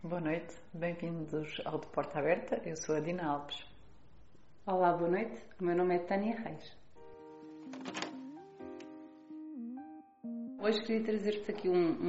Boa noite, bem-vindos ao De Porta Aberta, eu sou a Dina Alves. Olá, boa noite, o meu nome é Tânia Reis. Hoje queria trazer-vos aqui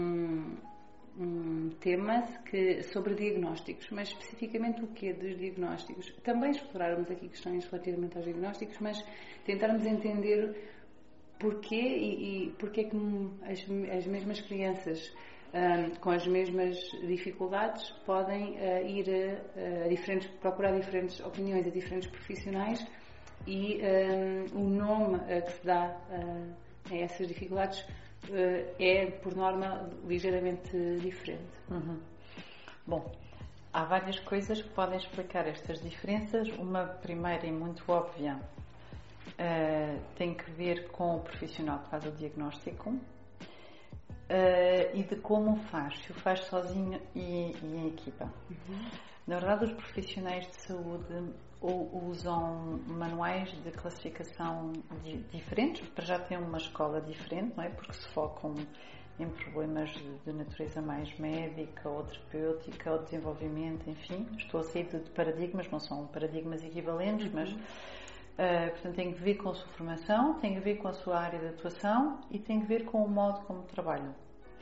um tema sobre diagnósticos, mas especificamente o quê dos diagnósticos. Também explorarmos aqui questões relativamente aos diagnósticos, mas tentarmos entender porquê e porquê é que as mesmas crianças com as mesmas dificuldades podem ir procurar diferentes opiniões a diferentes profissionais e o nome que se dá a essas dificuldades é, por norma, ligeiramente diferente. Bom, há várias coisas que podem explicar estas diferenças. Uma primeira e muito óbvia tem que ver com o profissional que faz o diagnóstico e de como o faz, se o faz sozinho e em equipa. Na verdade, os profissionais de saúde usam manuais de classificação diferentes, para já têm uma escola diferente, não é? Porque se focam em problemas de natureza mais médica ou terapêutica ou desenvolvimento, enfim. Estou a sair de paradigmas, não são paradigmas equivalentes, mas portanto tem que ver com a sua formação, tem a ver com a sua área de atuação e tem a ver com o modo como trabalham.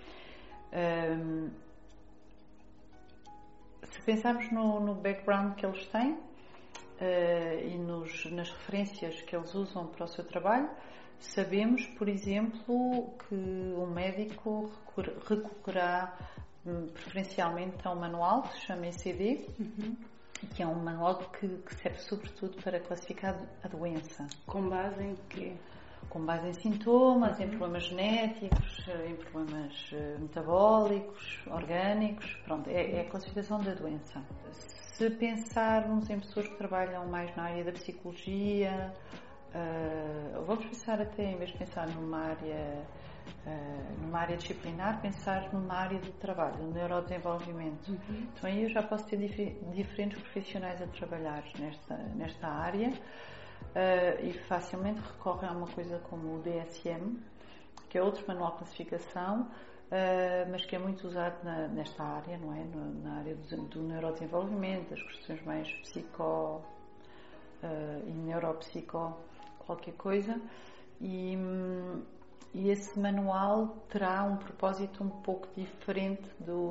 Se pensarmos no background que eles têm e nas referências que eles usam para o seu trabalho, sabemos, por exemplo, que o médico recorrerá preferencialmente a um manual que se chama ECD, que é um manual que serve sobretudo para classificar a doença. Com base em quê? Com base em sintomas, em problemas genéticos, em problemas metabólicos, orgânicos, pronto, é a classificação da doença. Se pensarmos em pessoas que trabalham mais na área da psicologia, vamos pensar até, em vez de pensar numa área disciplinar, pensar numa área de trabalho, no neurodesenvolvimento. Então aí eu já posso ter diferentes profissionais a trabalhar nesta área e facilmente recorrem a uma coisa como o DSM, que é outro manual de classificação, mas que é muito usado nesta área, não é? Na área do neurodesenvolvimento, das questões mais e neuropsico, qualquer coisa. E esse manual terá um propósito um pouco diferente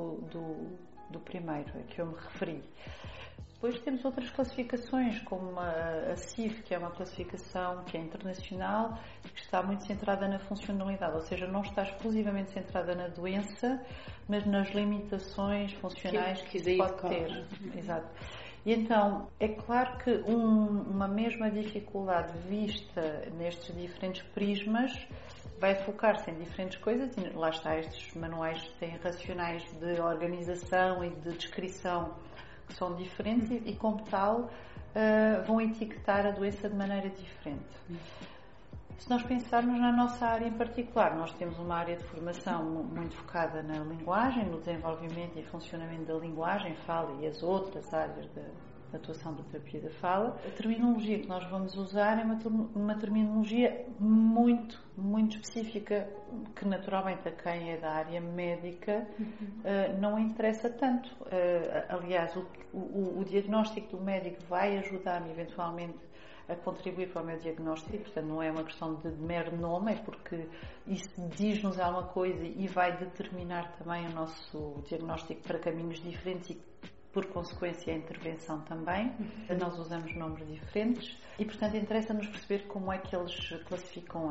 do primeiro, a que eu me referi. Depois temos outras classificações, como a CIF, que é uma classificação que é internacional e que está muito centrada na funcionalidade, ou seja, não está exclusivamente centrada na doença, mas nas limitações funcionais que isso pode ter. Exato. E então, é claro que uma mesma dificuldade vista nestes diferentes prismas vai focar-se em diferentes coisas, e lá está, estes manuais têm racionais de organização e de descrição que são diferentes e como tal, vão etiquetar a doença de maneira diferente. Se nós pensarmos na nossa área em particular, nós temos uma área de formação muito focada na linguagem, no desenvolvimento e funcionamento da linguagem, fala e as outras áreas da atuação da terapia da fala. A terminologia que nós vamos usar é uma terminologia muito, muito específica, que naturalmente a quem é da área médica não interessa tanto. Aliás, o diagnóstico do médico vai ajudar-me eventualmente a contribuir para o meu diagnóstico, portanto não é uma questão de mero nome, é porque isso diz-nos alguma coisa e vai determinar também o nosso diagnóstico para caminhos diferentes e, por consequência, a intervenção também. Nós usamos nomes diferentes e, portanto, interessa-nos perceber como é que eles classificam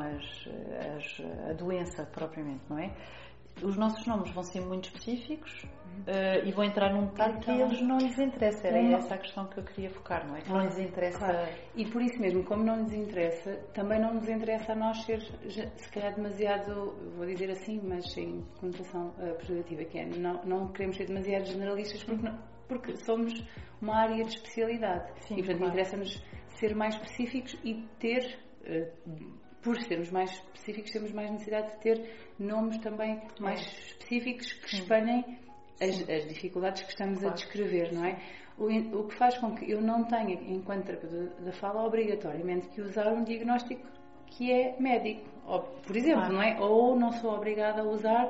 a doença propriamente, não é? Os nossos nomes vão ser muito específicos e vão entrar num detalhe que a eles não lhes interessa. Era essa a questão que eu queria focar, não é? Que não lhes interessa. Claro. E por isso mesmo, como não lhes interessa, também não nos interessa a nós ser, se calhar, demasiado, vou dizer assim, mas sem conotação pejorativa, que é, não queremos ser demasiado generalistas porque somos uma área de especialidade. Sim, e, portanto, claro, interessa-nos ser mais específicos e ter... por sermos mais específicos, temos mais necessidade de ter nomes também mais específicos que espalhem as dificuldades que estamos a descrever, não é? O que faz com que eu não tenha, enquanto terapeuta da fala, obrigatoriamente que usar um diagnóstico que é médico, ou, por exemplo, não é? Ou não sou obrigada a usar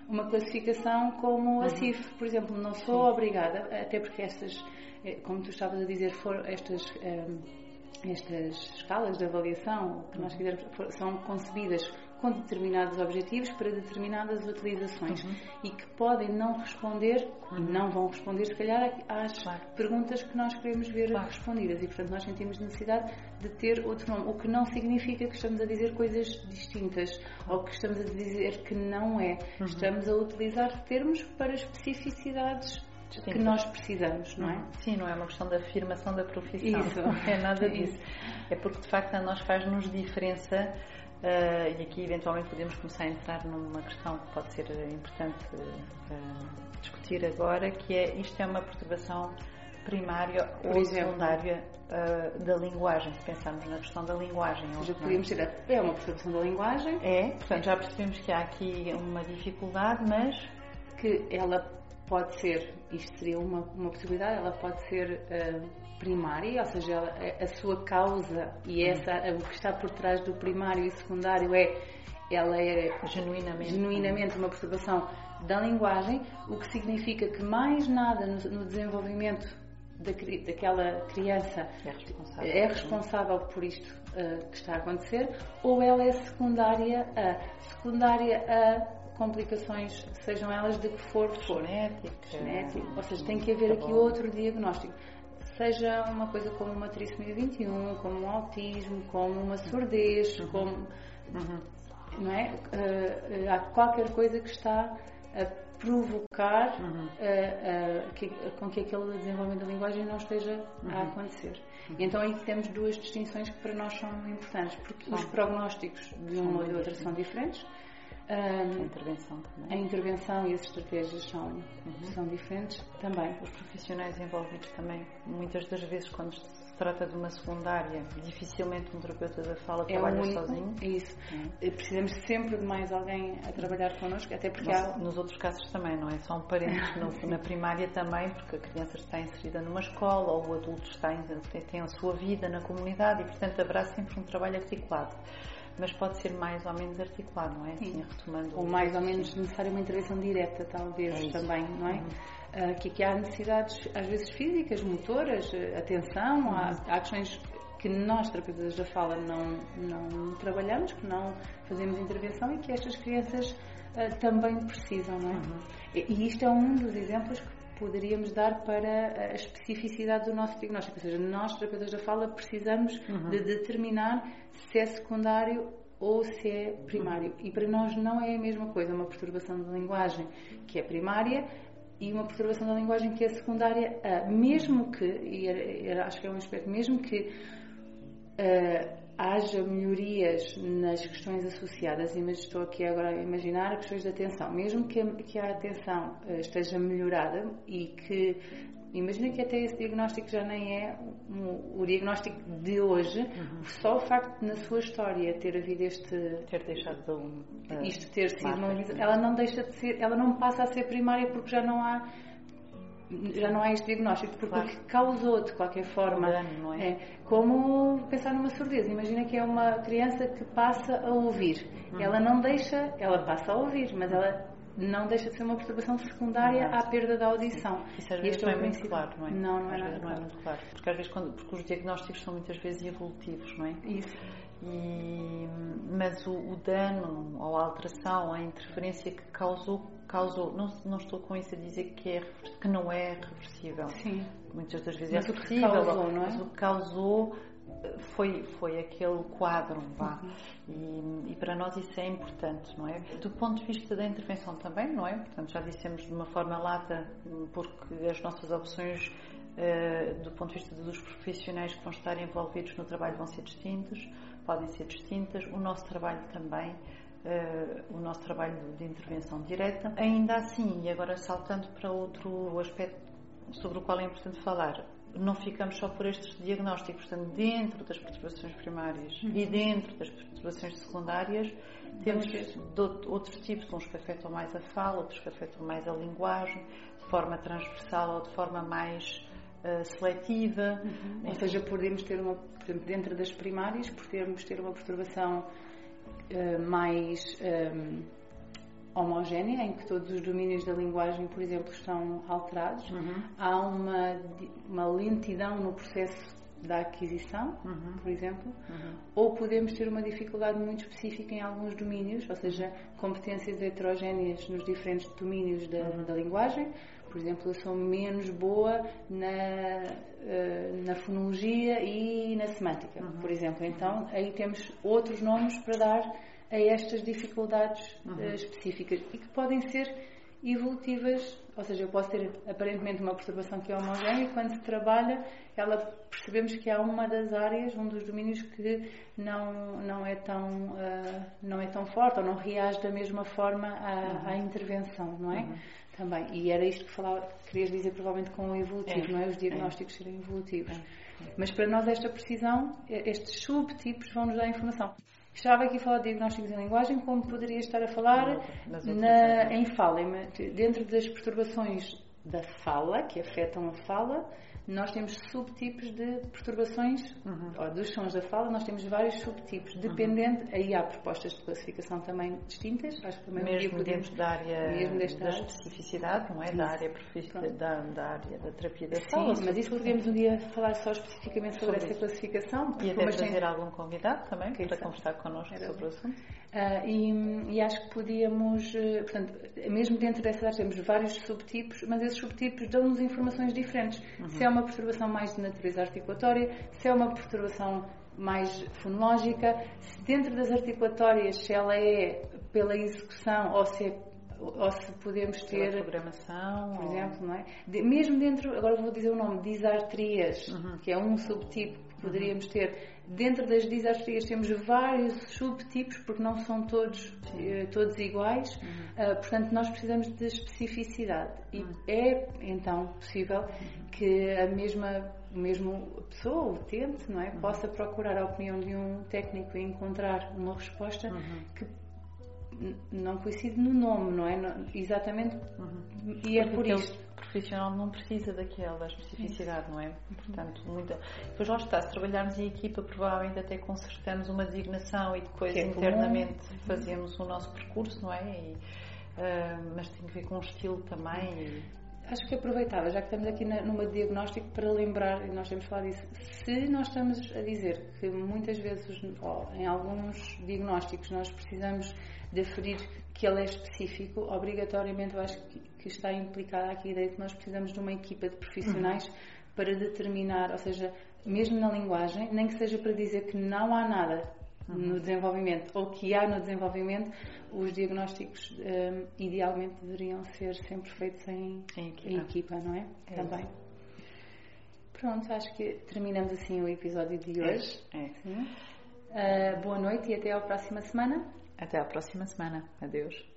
uma classificação como a CIF, por exemplo. Não sou obrigada, até porque estas, como tu estavas a dizer, estas escalas de avaliação que nós quisermos, são concebidas com determinados objetivos para determinadas utilizações e que podem não responder e não vão responder, se calhar, às perguntas que nós queremos ver respondidas, e portanto nós sentimos necessidade de ter outro nome, o que não significa que estamos a dizer coisas distintas ou que estamos a dizer que não é. Estamos a utilizar termos para especificidades que nós precisamos, não é? Sim, não é uma questão da afirmação da profissão. Isso. Não é nada disso. É porque de facto a nós faz-nos diferença. E aqui eventualmente podemos começar a entrar numa questão que pode ser importante discutir agora, que é: isto é uma perturbação primária ou secundária da linguagem, se pensarmos na questão da linguagem. Já podíamos ter, é uma perturbação da linguagem. Portanto já percebemos que há aqui uma dificuldade, mas que ela pode ser, isto seria uma possibilidade, ela pode ser primária, ou seja, a sua causa e o que está por trás do primário e secundário ela é genuinamente uma perturbação da linguagem, o que significa que mais nada no desenvolvimento daquela criança é responsável por isto que está a acontecer, ou ela é secundária a complicações, sejam elas de que for, genético, ou seja, tem que haver aqui outro diagnóstico, seja uma coisa como uma trissomia 21, como um autismo, como uma surdez, como não é? Há qualquer coisa que está a provocar com que aquele desenvolvimento da linguagem não esteja a acontecer. E então aí temos duas distinções que para nós são importantes, porque os prognósticos de uma ou de outra são diferentes. A intervenção e as estratégias são diferentes também. Os profissionais envolvidos também, muitas das vezes, quando se trata de uma secundária, dificilmente um terapeuta da fala trabalha sozinho. É isso. Precisamos sempre de mais alguém a trabalhar connosco, até porque nos outros casos também, não é? São parentes na primária também, porque a criança está inserida numa escola ou o adulto tem a sua vida na comunidade e, portanto, haverá sempre um trabalho articulado. Mas pode ser mais ou menos articulado, não é? Assim, retomando. Ou mais ou menos necessária uma intervenção direta, talvez, também, não é? Que há necessidades, às vezes físicas, motoras, atenção, há questões que nós, terapeutas da fala, não trabalhamos, que não fazemos intervenção e que estas crianças também precisam, não é? E isto é um dos exemplos que poderíamos dar para a especificidade do nosso diagnóstico, ou seja, nós, terapeutas da fala, precisamos de determinar se é secundário ou se é primário. E para nós não é a mesma coisa uma perturbação da linguagem que é primária e uma perturbação da linguagem que é secundária, mesmo que, e acho que é um aspecto, mesmo que haja melhorias nas questões associadas, mas estou aqui agora a imaginar as questões de atenção, mesmo que a atenção esteja melhorada e que, imagina que até esse diagnóstico já nem é o diagnóstico de hoje, só o facto de na sua história ter havido ter deixado isto ter sido ela não deixa de ser, ela não passa a ser primária porque já não há este diagnóstico, porque o que causou de qualquer forma não é? Como pensar numa surdez. Imagina que é uma criança que passa a ouvir, ela passa a ouvir, mas ela não deixa de ser uma perturbação secundária à perda da audição. Isso às vezes não é muito claro, não é? Não é nada claro. Muito claro. Porque às vezes porque os diagnósticos são muitas vezes evolutivos, não é? Isso. Mas o dano ou a alteração, a interferência que causou, não estou com isso a dizer que não é reversível. Sim. Muitas das vezes é reversível, mas o que causou foi aquele quadro, e para nós isso é importante, não é? Do ponto de vista da intervenção também, não é? Portanto, já dissemos de uma forma lata, porque as nossas opções do ponto de vista dos profissionais que vão estar envolvidos no trabalho vão ser distintos, podem ser distintas, o nosso trabalho também, o nosso trabalho de intervenção direta. Ainda assim, e agora saltando para outro aspecto sobre o qual é importante falar, não ficamos só por estes diagnósticos, portanto, dentro das perturbações primárias e dentro das perturbações secundárias, temos outros tipos, uns que afetam mais a fala, outros que afetam mais a linguagem, de forma transversal ou de forma mais seletiva. Ou seja, podemos ter por exemplo, dentro das primárias, podemos ter uma perturbação mais homogénea, em que todos os domínios da linguagem, por exemplo, estão alterados. Há uma lentidão no processo da aquisição, por exemplo, ou podemos ter uma dificuldade muito específica em alguns domínios, ou seja, competências heterogéneas nos diferentes domínios da linguagem. Por exemplo, eu sou menos boa na fonologia e na semântica, por exemplo. Então, aí temos outros nomes para dar a estas dificuldades específicas e que podem ser evolutivas, ou seja, eu posso ter aparentemente uma perturbação que é homogénea e quando se trabalha, percebemos que há uma das áreas, um dos domínios que não é tão forte ou não reage da mesma forma à intervenção, não é? Também. E era isto que querias dizer provavelmente com o evolutivo, não é? Os diagnósticos serem evolutivos. Mas para nós esta precisão, estes subtipos vão nos dar informação. Estava aqui a falar de diagnósticos em linguagem, como poderia estar a falar em fala. Dentro das perturbações da fala, que afetam a fala, nós temos subtipos de perturbações, ou dos sons da fala, nós temos vários subtipos, dependendo, aí há propostas de classificação também distintas, acho que também mesmo dentro da área da especificidade, não é? Da área da terapia da fala. Sim, mas isso podemos um dia falar só especificamente sobre essa classificação. E até trazer algum convidado também para conversar connosco sobre o assunto. E acho que podíamos, portanto, mesmo dentro dessa área temos vários subtipos, mas esses subtipos dão-nos informações diferentes. Se é uma perturbação mais de natureza articulatória, se é uma perturbação mais fonológica, se dentro das articulatórias, se ela é pela execução ou se podemos ter pela programação, por exemplo, não é? Mesmo dentro, agora vou dizer o nome, disartrias, que é um subtipo que poderíamos ter. Dentro das disartrias temos vários subtipos, porque não são todos iguais, portanto nós precisamos de especificidade e é então possível que a mesma pessoa, o utente, não é, possa procurar a opinião de um técnico e encontrar uma resposta que não coincide no nome, não é? Exatamente. E é por isto. O profissional não precisa daquela especificidade, não é? Portanto, depois lá está, se trabalharmos em equipa, provavelmente até consertamos uma designação e depois internamente fazemos o nosso percurso, não é? Mas tem que ver com o estilo também. Acho que aproveitava, já que estamos aqui numa diagnóstico, para lembrar, e nós temos falado disso, se nós estamos a dizer que muitas vezes, em alguns diagnósticos, nós precisamos de aferir que ele é específico, obrigatoriamente eu acho que está implicada aqui a ideia de que nós precisamos de uma equipa de profissionais para determinar, ou seja, mesmo na linguagem, nem que seja para dizer que não há nada no desenvolvimento ou que há no desenvolvimento, os diagnósticos idealmente deveriam ser sempre feitos em equipa, não é? Também. Pronto, acho que terminamos assim o episódio de hoje. Boa noite e até à próxima semana. Até à próxima semana. Adeus.